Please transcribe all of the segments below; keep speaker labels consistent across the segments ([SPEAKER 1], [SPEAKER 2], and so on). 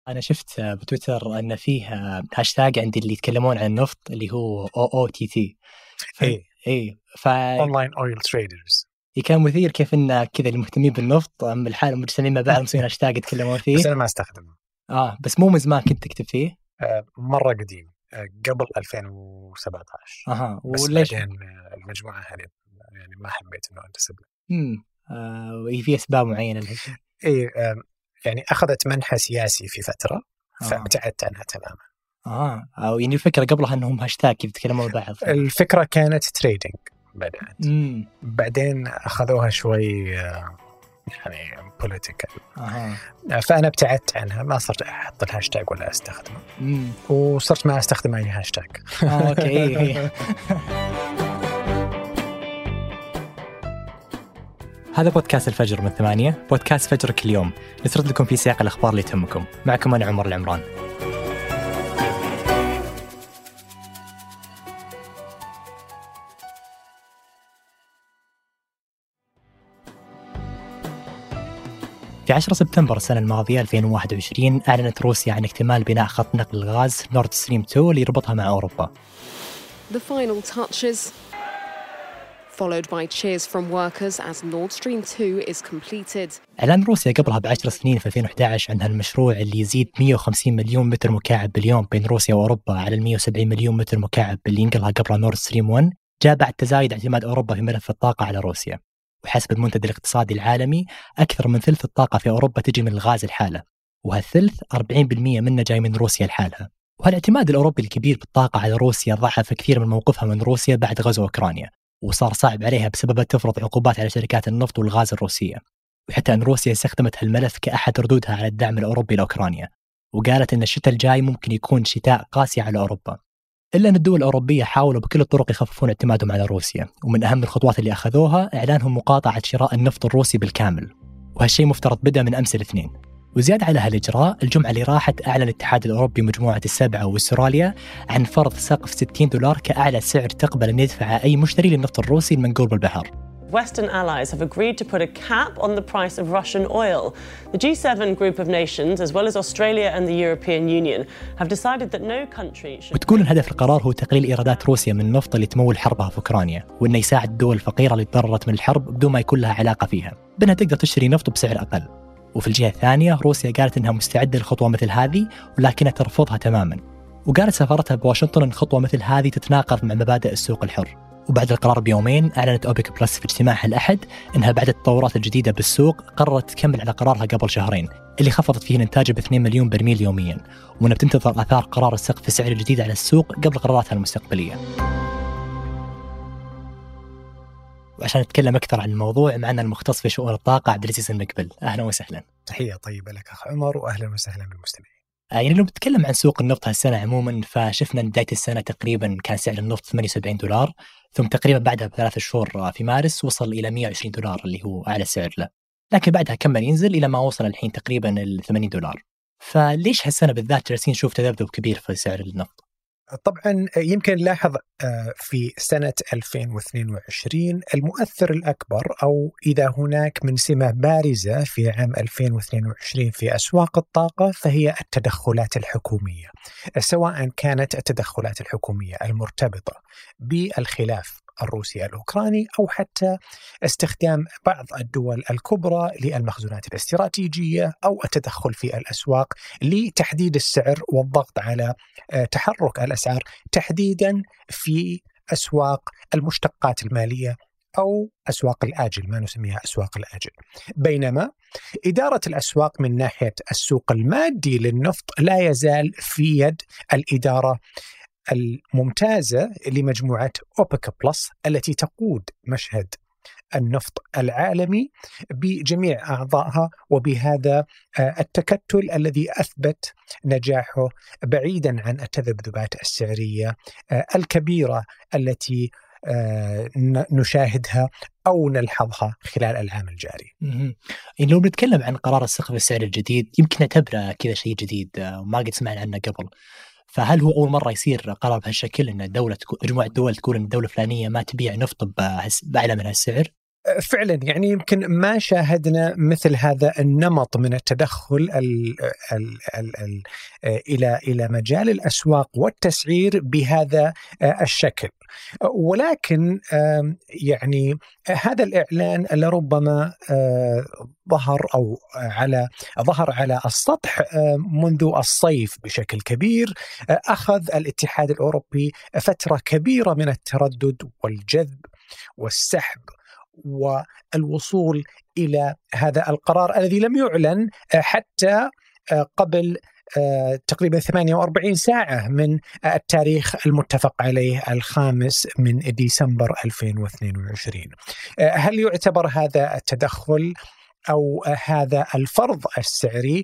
[SPEAKER 1] أنا شفت بتويتر أن فيه هاشتاج عند اللي يتكلمون عن النفط اللي هو OOTT.
[SPEAKER 2] إيه
[SPEAKER 1] إيه
[SPEAKER 2] Online Oil Traders.
[SPEAKER 1] كان مثير كيف إن كذا المهتمين بالنفط من الحال مجتمعين مع بعض مسوين هاشتاج يتكلمون فيه.
[SPEAKER 2] بس أنا ما أستخدمه.
[SPEAKER 1] بس مو من زمان كنت تكتب فيه.
[SPEAKER 2] مرة قديم، قبل 2017. بس
[SPEAKER 1] وليش؟
[SPEAKER 2] بعدين المجموعة هذه يعني ما حبيت إنه أنتسب له.
[SPEAKER 1] في أسباب معينة لهالشيء.
[SPEAKER 2] إيه يعني أخذت منحى سياسي في فترة فابتعدت عنها تماما.
[SPEAKER 1] أو يعني الفكرة قبلها أنهم هاشتاج كيف يتكلمون بعض.
[SPEAKER 2] الفكرة كانت تريدينج بدأت. بعدين أخذوها شوي يعني political. فأنا ابتعدت عنها، ما صرت أحط الهاشتاج ولا أستخدمه. وصرت ما أستخدم أي هاشتاج.
[SPEAKER 1] أوكي. هذا بودكاست الفجر من 8، بودكاست فجر كل يوم نسرد لكم في سياق الأخبار اللي تهمكم. معكم أنا عمر العمران. في 10 سبتمبر السنة الماضية 2021 أعلنت روسيا عن اكتمال بناء خط نقل الغاز نورد ستريم 2 اللي يربطها مع أوروبا.
[SPEAKER 3] The final touches followed by cheers from workers as Nord Stream 2 is completed.
[SPEAKER 1] إعلان روسيا قبلها ب10 سنين في 2011 عن هالمشروع اللي يزيد 150 مليون متر مكعب باليوم بين روسيا وأوروبا على 170 مليون متر مكعب اللي ينقلها قبلها نورد ستريم 1 جاء بعد تزايد اعتماد أوروبا في ملف الطاقة على روسيا. وحسب المنتدى الاقتصادي العالمي أكثر من ثلث الطاقة في أوروبا تجي من الغاز الحالة، وهالثلث 40% منه جاي من روسيا الحالها. وهالاعتماد الأوروبي الكبير بالطاقة على روسيا ضعف كثير من موقفها من روسيا بعد غزو أوكرانيا، وصار صعب عليها بسبب تفرض عقوبات على شركات النفط والغاز الروسية. وحتى أن روسيا استخدمت هالملف كأحد ردودها على الدعم الأوروبي لأوكرانيا، وقالت أن الشتاء الجاي ممكن يكون شتاء قاسي على أوروبا. إلا أن الدول الأوروبية حاولوا بكل الطرق يخففون اعتمادهم على روسيا، ومن أهم الخطوات اللي أخذوها إعلانهم مقاطعة شراء النفط الروسي بالكامل، وهالشيء مفترض بدأ من أمس الاثنين. وزيادة على هالإجراء الجمعة اللي راحت أعلن الاتحاد الأوروبي مجموعة السبعة واستراليا عن فرض سقف $60 كأعلى سعر تقبل أن يدفعه أي مشتري للنفط الروسي المنقول بالبحر.
[SPEAKER 4] Western allies have agreed to put a cap on the price of Russian oil. The G7 group of nations, as well as Australia and the European Union, have decided that no country should...
[SPEAKER 1] وتكون الهدف القرار هو تقليل إيرادات روسيا من النفط اللي تمول حربها في أوكرانيا، وإنه يساعد الدول الفقيرة اللي تضررت من الحرب بدون ما يكون لها علاقة فيها، بأنها تقدر تشتري نفط بسعر أقل. وفي الجهة الثانية روسيا قالت إنها مستعدة لخطوة مثل هذه، ولكنها ترفضها تماماً. وقالت سفارتها بواشنطن إن خطوة مثل هذه تتناقض مع مبادئ السوق الحر. وبعد القرار بيومين أعلنت أوبك بلس في اجتماعها الأحد إنها بعد التطورات الجديدة بالسوق قررت تكمل على قرارها قبل شهرين اللي خفضت فيه الإنتاج ب2 مليون برميل يومياً، وإنها بتنتظر آثار قرار السقف السعري الجديد على السوق قبل قراراتها المستقبلية. وعشان نتكلم أكثر عن الموضوع معنا المختص في شؤون الطاقة عبد العزيز المقبل. أهلا وسهلا.
[SPEAKER 2] تحية طيبة لك أخ عمر، وأهلا وسهلا بالمستمعين.
[SPEAKER 1] يعني لو بنتكلم عن سوق النفط هالسنة عموما، فشفنا بداية السنة تقريبا كان سعر النفط $78، ثم تقريبا بعدها ب3 شهور في مارس وصل إلى $120 اللي هو أعلى سعر له، لكن بعدها كمل ينزل إلى ما وصل الحين تقريبا $80. فليش هالسنة بالذات جالسين نشوف تذبذب كبير في سعر النفط؟
[SPEAKER 2] طبعا يمكن نلاحظ في سنة 2022 المؤثر الأكبر، أو إذا هناك من سمة بارزة في عام 2022 في أسواق الطاقة فهي التدخلات الحكومية، سواء كانت التدخلات الحكومية المرتبطة بالخلاف الروسي الأوكراني أو حتى استخدام بعض الدول الكبرى للمخزونات الاستراتيجية أو التدخل في الأسواق لتحديد السعر والضغط على تحرك الأسعار تحديدا في أسواق المشتقات المالية أو أسواق الآجل، ما نسميها أسواق الآجل. بينما إدارة الأسواق من ناحية السوق المادي للنفط لا يزال في يد الإدارة الممتازة لمجموعة أوبك بلس التي تقود مشهد النفط العالمي بجميع أعضائها، وبهذا التكتل الذي أثبت نجاحه بعيدا عن التذبذبات السعرية الكبيرة التي نشاهدها أو نلحظها خلال العام الجاري.
[SPEAKER 1] يعني لو بنتكلم عن قرار السقف السعري الجديد يمكن نعتبره كذا شيء جديد وما قد سمعنا عنه قبل، فهل هو أول مرة يصير قرار بهالشكل إن مجموعة دول تقول إن الدولة الفلانية ما تبيع نفط بأعلى من هالسعر؟
[SPEAKER 2] فعلا يعني يمكن ما شاهدنا مثل هذا النمط من التدخل إلى مجال الأسواق والتسعير بهذا الشكل. ولكن يعني هذا الإعلان لربما ظهر على السطح منذ الصيف بشكل كبير. أخذ الاتحاد الأوروبي فترة كبيرة من التردد والجذب والسحب والوصول إلى هذا القرار الذي لم يعلن حتى قبل تقريبا 48 ساعة من التاريخ المتفق عليه 5 ديسمبر 2022. هل يعتبر هذا التدخل أو هذا الفرض السعري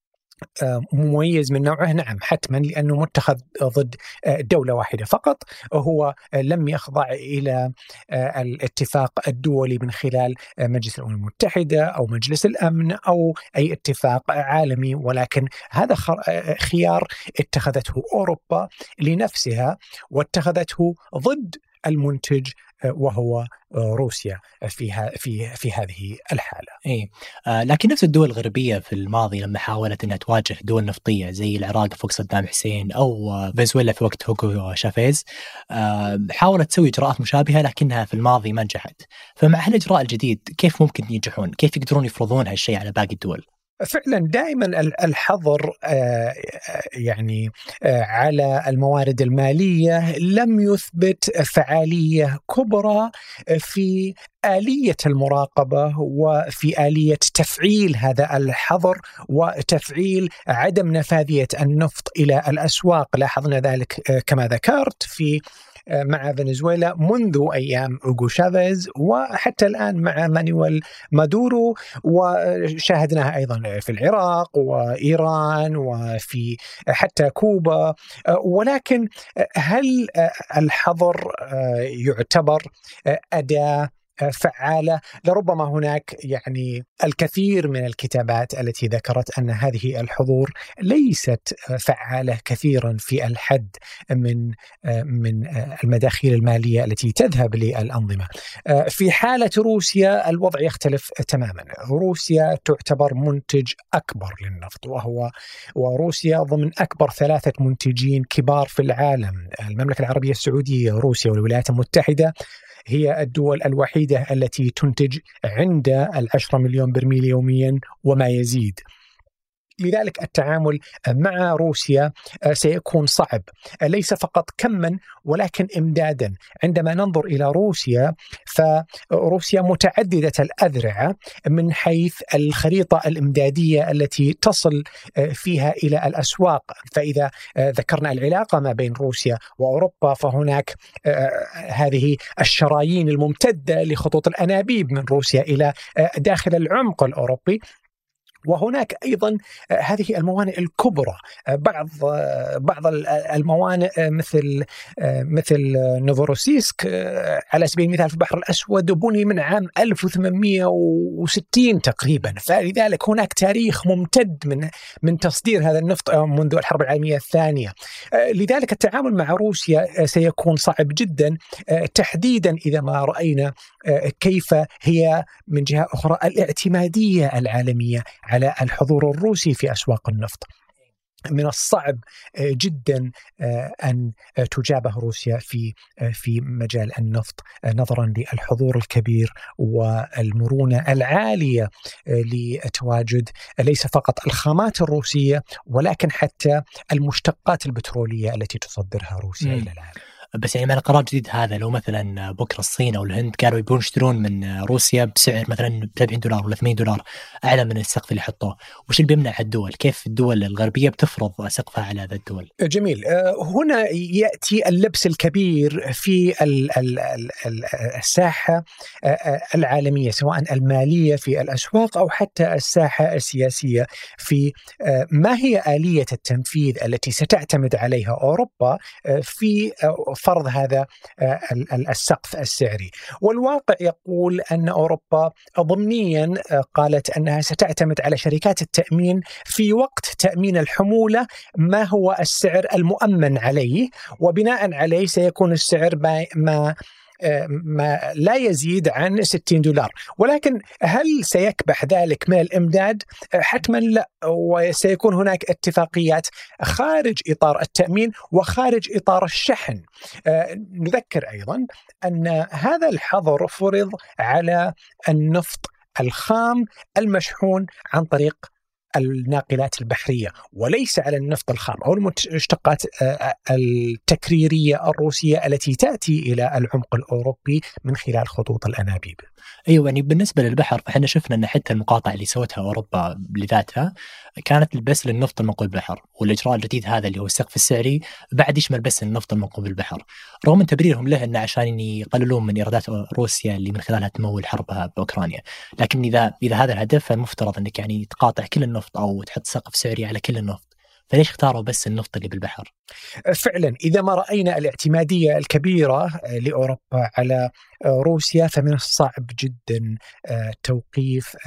[SPEAKER 2] مميز من نوعه؟ نعم حتما، لأنه متخذ ضد دولة واحدة فقط. هو لم يخضع إلى الاتفاق الدولي من خلال مجلس الأمم المتحدة أو مجلس الأمن أو أي اتفاق عالمي، ولكن هذا خيار اتخذته أوروبا لنفسها واتخذته ضد المنتج وهو روسيا في هذه الحالة.
[SPEAKER 1] لكن نفس الدول الغربية في الماضي لما حاولت أنها تواجه دول نفطية زي العراق في وقت صدام حسين أو فنزويلا في وقت هوغو شافيز، حاولت تسوي إجراءات مشابهة لكنها في الماضي ما نجحت. فمع هالإجراء الجديد كيف ممكن ينجحون؟ كيف يقدرون يفرضون هالشيء على باقي الدول؟
[SPEAKER 2] فعلا دائما الحظر يعني على الموارد المالية لم يثبت فعالية كبرى في آلية المراقبة وفي آلية تفعيل هذا الحظر وتفعيل عدم نفاذية النفط إلى الأسواق. لاحظنا ذلك كما ذكرت مع فنزويلا منذ أيام هوغو شافيز، وحتى الآن مع مانويل مادورو، وشاهدناها أيضا في العراق وإيران وفي حتى كوبا. ولكن هل الحظر يعتبر أداة فعالة؟ لربما هناك يعني الكثير من الكتابات التي ذكرت أن هذه الحظور ليست فعالة كثيرا في الحد من المداخيل المالية التي تذهب للأنظمة. في حالة روسيا الوضع يختلف تماما. روسيا تعتبر منتج أكبر للنفط، وروسيا ضمن أكبر 3 منتجين كبار في العالم. المملكة العربية السعودية، روسيا والولايات المتحدة هي الدول الوحيدة التي تنتج عند 10 مليون برميل يوميا وما يزيد. لذلك التعامل مع روسيا سيكون صعب، ليس فقط كما ولكن إمدادا. عندما ننظر إلى روسيا فروسيا متعددة الأذرع من حيث الخريطة الإمدادية التي تصل فيها إلى الأسواق. فإذا ذكرنا العلاقة ما بين روسيا وأوروبا فهناك هذه الشرايين الممتدة لخطوط الأنابيب من روسيا إلى داخل العمق الأوروبي. وهناك أيضا هذه الموانئ الكبرى، بعض الموانئ مثل نوفوروسيسك على سبيل المثال في البحر الأسود بني من عام 1860 تقريبا. فلذلك هناك تاريخ ممتد من تصدير هذا النفط منذ الحرب العالمية الثانية. لذلك التعامل مع روسيا سيكون صعب جدا، تحديدا إذا ما رأينا كيف هي من جهة أخرى الاعتمادية العالمية على الحضور الروسي في أسواق النفط. من الصعب جدا أن تجابه روسيا في مجال النفط نظرا للحضور الكبير والمرونة العالية لتواجد ليس فقط الخامات الروسية ولكن حتى المشتقات البترولية التي تصدرها روسيا إلى العالم.
[SPEAKER 1] بس يعني مع القرار الجديد هذا لو مثلا بكرة الصين أو الهند قالوا يبون يشترون من روسيا بسعر مثلا $70 ولا $80 أعلى من السقف اللي حطوه، وش اللي بيمنع الدول؟ كيف الدول الغربية بتفرض سقفها على هذا الدول؟
[SPEAKER 2] جميل. هنا يأتي اللبس الكبير في الساحة العالمية سواء المالية في الأسواق أو حتى الساحة السياسية في ما هي آلية التنفيذ التي ستعتمد عليها أوروبا في فرض هذا السقف السعري. والواقع يقول أن أوروبا ضمنيا قالت أنها ستعتمد على شركات التأمين في وقت تأمين الحمولة ما هو السعر المؤمن عليه، وبناء عليه سيكون السعر ما ما لا يزيد عن $60. ولكن هل سيكبح ذلك من الإمداد؟ حتما لا، وسيكون هناك اتفاقيات خارج إطار التأمين وخارج إطار الشحن. نذكر أيضا أن هذا الحظر فرض على النفط الخام المشحون عن طريق الناقلات البحرية، وليس على النفط الخام أو المشتقات التكريرية الروسية التي تأتي إلى العمق الأوروبي من خلال خطوط الأنابيب.
[SPEAKER 1] أيوة، يعني بالنسبة للبحر فإحنا شفنا أن حتى المقاطعة اللي سوتها أوروبا لذاتها كانت بس للنفط المنقول بالبحر، والإجراء الجديد هذا اللي هو السقف السعري بعد يشمل بس النفط المنقول بالبحر، رغم من تبريرهم له أنه عشان يقللون من إيرادات روسيا اللي من خلالها تمول حربها بأوكرانيا. لكن إذا هذا الهدف فالمفترض أنك يعني تقاطع كل النفط أو تحط سقف سعري على كل النفط، فليش اختاروا بس النفط اللي بالبحر؟
[SPEAKER 2] فعلا إذا ما رأينا الاعتمادية الكبيرة لأوروبا على روسيا فمن الصعب جدا توقيف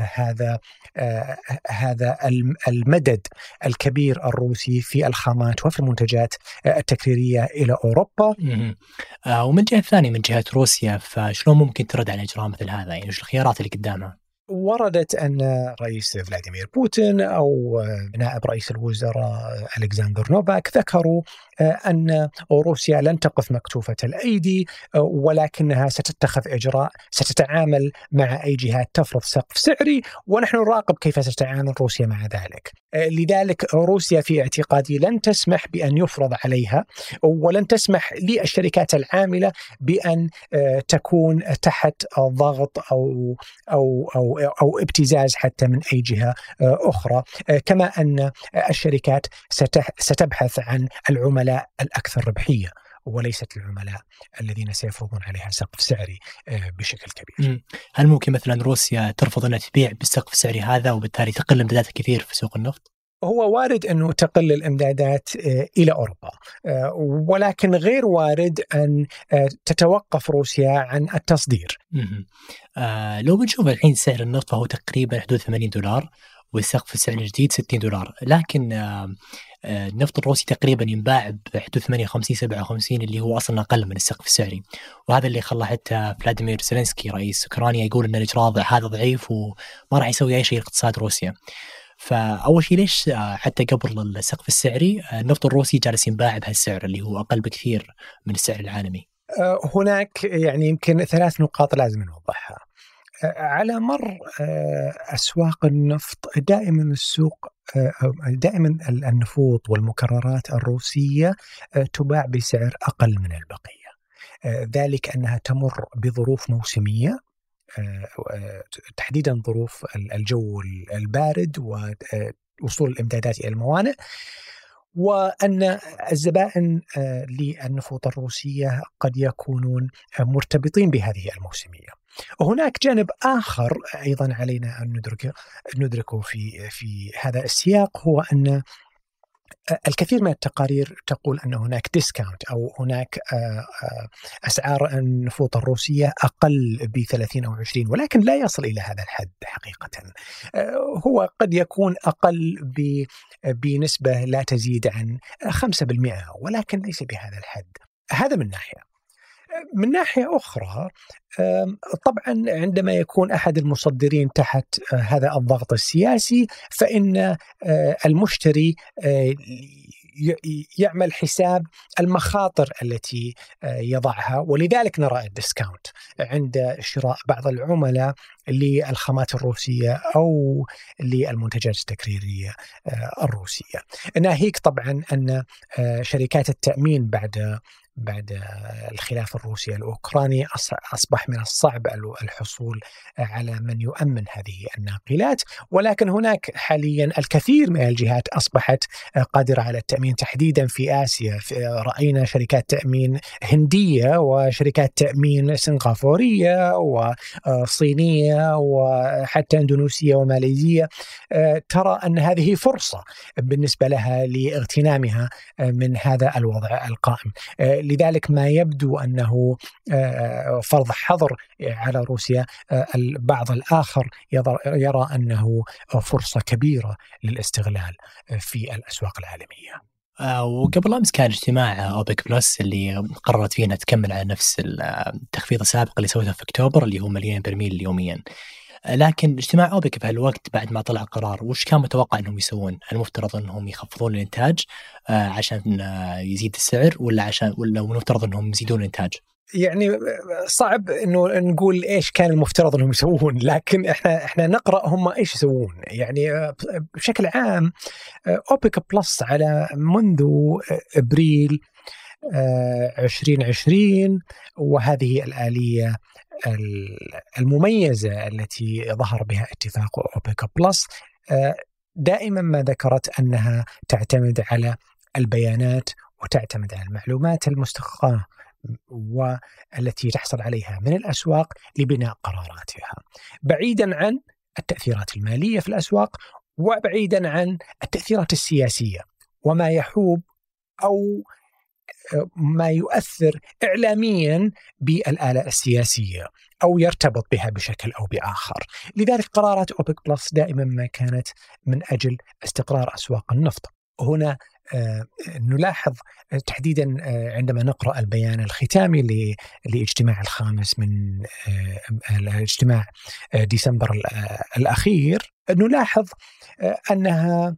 [SPEAKER 2] هذا المدد الكبير الروسي في الخامات وفي المنتجات التكريرية إلى أوروبا.
[SPEAKER 1] ومن جهة ثانية من جهة روسيا فشلون ممكن ترد على إجراء مثل هذا؟ يعني وش الخيارات اللي قدامها؟
[SPEAKER 2] وردت أن رئيس فلاديمير بوتين أو نائب رئيس الوزراء ألكسندر نوفاك ذكروا أن روسيا لن تقف مكتوفة الأيدي، ولكنها ستتخذ إجراء، ستتعامل مع أي جهات تفرض سقف سعري، ونحن نراقب كيف ستتعامل روسيا مع ذلك. لذلك روسيا في اعتقادي لن تسمح بأن يفرض عليها، ولن تسمح للشركات العاملة بأن تكون تحت ضغط أو ابتزاز حتى من أي جهة أخرى، كما أن الشركات ستبحث عن العملاء الأكثر ربحية وليست العملاء الذين سيفرضون عليها سقف سعري بشكل كبير.
[SPEAKER 1] هل ممكن مثلا روسيا ترفض أن تبيع بالسقف السعري هذا وبالتالي تقل امداداتها كثير في سوق النفط؟
[SPEAKER 2] هو وارد أنه تقل الإمدادات إلى أوروبا، ولكن غير وارد أن تتوقف روسيا عن التصدير.
[SPEAKER 1] لو بنشوف الحين سعر النفط فهو تقريبا حدود $80 والسقف السعري الجديد $60، لكن النفط الروسي تقريبا ينباع بحدود 58-57 اللي هو أصلا أقل من السقف السعري، وهذا اللي خلى حتى فلاديمير زيلينسكي رئيس أوكرانيا يقول أن الإجراء هذا ضعيف وما راح يسوي أي شيء لاقتصاد روسيا. فأول شيء ليش حتى قبل السقف السعري النفط الروسي جالس ينباع بهالسعر اللي هو أقل بكثير من السعر العالمي؟
[SPEAKER 2] هناك يعني يمكن 3 نقاط لازم نوضحها. على مر أسواق النفط دائما النفوط والمكررات الروسية تباع بسعر أقل من البقية، ذلك أنها تمر بظروف موسمية، تحديدا ظروف الجو البارد ووصول الإمدادات إلى الموانئ، وأن الزبائن للنفوط الروسية قد يكونون مرتبطين بهذه الموسمية. وهناك جانب آخر أيضا علينا أن ندركه في هذا السياق، هو أن الكثير من التقارير تقول أن هناك ديسكاونت أو هناك أسعار النفوط الروسية أقل ب30 أو 20، ولكن لا يصل إلى هذا الحد حقيقة. هو قد يكون أقل بنسبة لا تزيد عن 5%، ولكن ليس بهذا الحد. هذا من ناحية. من ناحية أخرى طبعا عندما يكون أحد المصدرين تحت هذا الضغط السياسي فإن المشتري يعمل حساب المخاطر التي يضعها، ولذلك نرى الديسكاونت عند شراء بعض العملاء للخامات الروسية أو للمنتجات التكريرية الروسية. ناهيك طبعا أن شركات التأمين بعد الخلاف الروسي الأوكراني أصبح من الصعب الحصول على من يؤمن هذه الناقلات، ولكن هناك حاليا الكثير من الجهات أصبحت قادرة على التأمين، تحديدا في آسيا. رأينا شركات تأمين هندية وشركات تأمين سنغافورية وصينية وحتى اندونيسية وماليزية ترى أن هذه فرصة بالنسبة لها لاغتنامها من هذا الوضع القائم. لذلك ما يبدو أنه فرض حظر على روسيا، البعض الآخر يرى أنه فرصة كبيرة للاستغلال في الأسواق العالمية.
[SPEAKER 1] وقبل أمس كان اجتماع أوبك بلس اللي قررت فيه أنها تكمل على نفس التخفيض السابق اللي سوته في أكتوبر اللي هو 2 برميل يوميا. لكن اجتماع أوبك في هالوقت بعد ما طلع قرار، وش كان متوقع أنهم يسوون؟ المفترض أنهم يخفضون الإنتاج عشان يزيد السعر، ولا المفترض أنهم يزيدون الإنتاج؟
[SPEAKER 2] يعني صعب انه نقول ايش كان المفترض انهم يسوون، لكن احنا نقرا هم ايش يسوون. يعني بشكل عام اوبك بلس على منذ ابريل 2020 وهذه الآلية المميزة التي ظهر بها اتفاق اوبك بلس دائما ما ذكرت أنها تعتمد على البيانات وتعتمد على المعلومات المستقاة والتي تحصل عليها من الأسواق لبناء قراراتها، بعيدا عن التأثيرات المالية في الأسواق وبعيدا عن التأثيرات السياسية وما يحوب أو ما يؤثر إعلاميا بالآلة السياسية أو يرتبط بها بشكل أو بآخر. لذلك قرارات أوبك بلس دائما ما كانت من أجل استقرار أسواق النفط. هنا نلاحظ تحديدا عندما نقرأ البيان الختامي لاجتماع الخامس من الاجتماع ديسمبر الأخير، نلاحظ أنها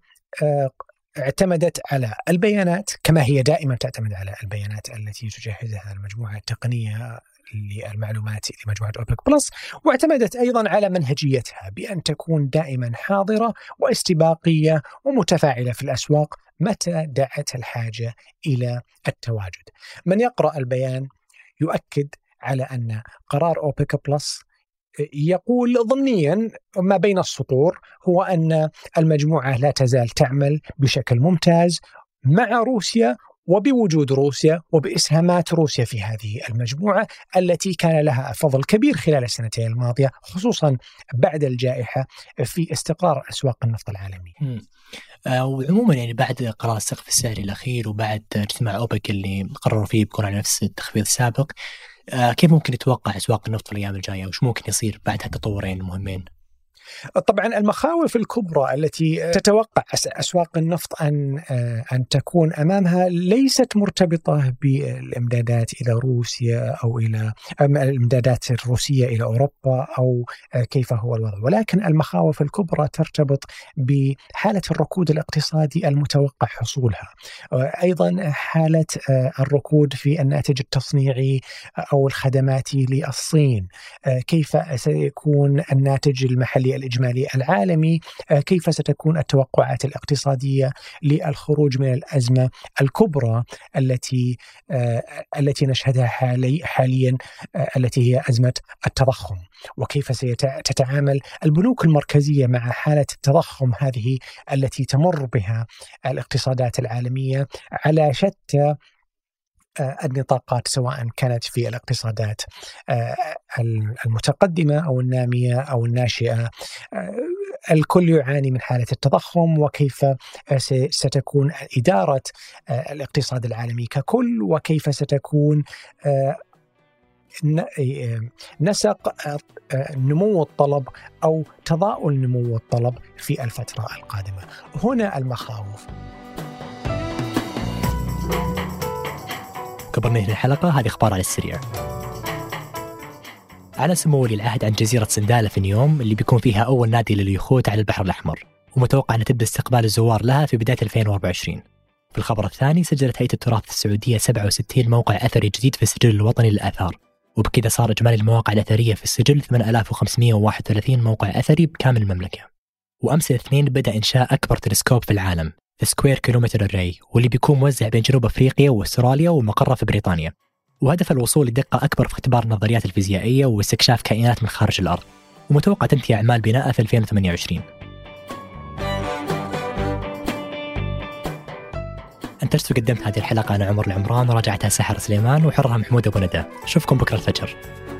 [SPEAKER 2] اعتمدت على البيانات كما هي دائما تعتمد على البيانات التي تجهزها المجموعة التقنية للمعلومات لمجموعة أوبك بلس، واعتمدت أيضا على منهجيتها بأن تكون دائما حاضرة واستباقية ومتفاعلة في الأسواق متى دعت الحاجة إلى التواجد. من يقرأ البيان يؤكد على أن قرار أوبك بلس يقول ضمنيا ما بين السطور هو أن المجموعة لا تزال تعمل بشكل ممتاز مع روسيا وبوجود روسيا وبإسهامات روسيا في هذه المجموعة التي كان لها فضل كبير خلال السنتين الماضية خصوصا بعد الجائحة في استقرار أسواق النفط العالمي.
[SPEAKER 1] وعموما يعني بعد قرار السقف السعري الأخير وبعد اجتماع أوبك اللي قرروا فيه بيكون على نفس التخفيض السابق، كيف ممكن يتوقع أسواق النفط في الأيام الجاية وش ممكن يصير بعد هالتطورين المهمين؟
[SPEAKER 2] طبعا المخاوف الكبرى التي تتوقع أسواق النفط أن تكون أمامها ليست مرتبطة بالإمدادات إلى روسيا أو إلى الإمدادات الروسية إلى أوروبا أو كيف هو الوضع، ولكن المخاوف الكبرى ترتبط بحالة الركود الاقتصادي المتوقع حصولها، أيضا حالة الركود في الناتج التصنيعي أو الخدمات للصين، كيف سيكون الناتج المحلي الإجمالي العالمي، كيف ستكون التوقعات الاقتصادية للخروج من الأزمة الكبرى التي نشهدها حاليا التي هي أزمة التضخم، وكيف ستتعامل البنوك المركزية مع حالة التضخم هذه التي تمر بها الاقتصادات العالمية على شتى النطاقات سواء كانت في الاقتصادات المتقدمة أو النامية أو الناشئة. الكل يعاني من حالة التضخم وكيف ستكون إدارة الاقتصاد العالمي ككل وكيف ستكون نسق نمو الطلب أو تضاؤل نمو الطلب في الفترة القادمة. هنا المخاوف.
[SPEAKER 1] قبل ننهي الحلقة هذه أخبار على السريع. أعلن سمو ولي العهد عن جزيرة سندالة في نيوم اللي بيكون فيها أول نادي لليخوت على البحر الأحمر، ومتوقع أن تبدأ استقبال الزوار لها في بداية 2024. في الخبر الثاني سجلت هيئة التراث السعودية 67 موقع أثري جديد في السجل الوطني للآثار، وبكذا صار إجمالي المواقع الأثرية في السجل 8531 موقع أثري بكامل المملكة. وأمس الاثنين بدأ إنشاء أكبر تلسكوب في العالم سكوير كيلومتر الري، واللي بيكون موزع بين جنوب أفريقيا وأستراليا ومقره في بريطانيا، وهدف الوصول لدقة أكبر في اختبار النظريات الفيزيائية واستكشاف كائنات من خارج الأرض، ومتوقع تنتهي أعمال بناءه في 2028. أنتجت وقدمت هذه الحلقة أنا عمر العمران، وراجعتها سحر سليمان وحرها محمود أبو ندى. أشوفكم بكرة الفجر.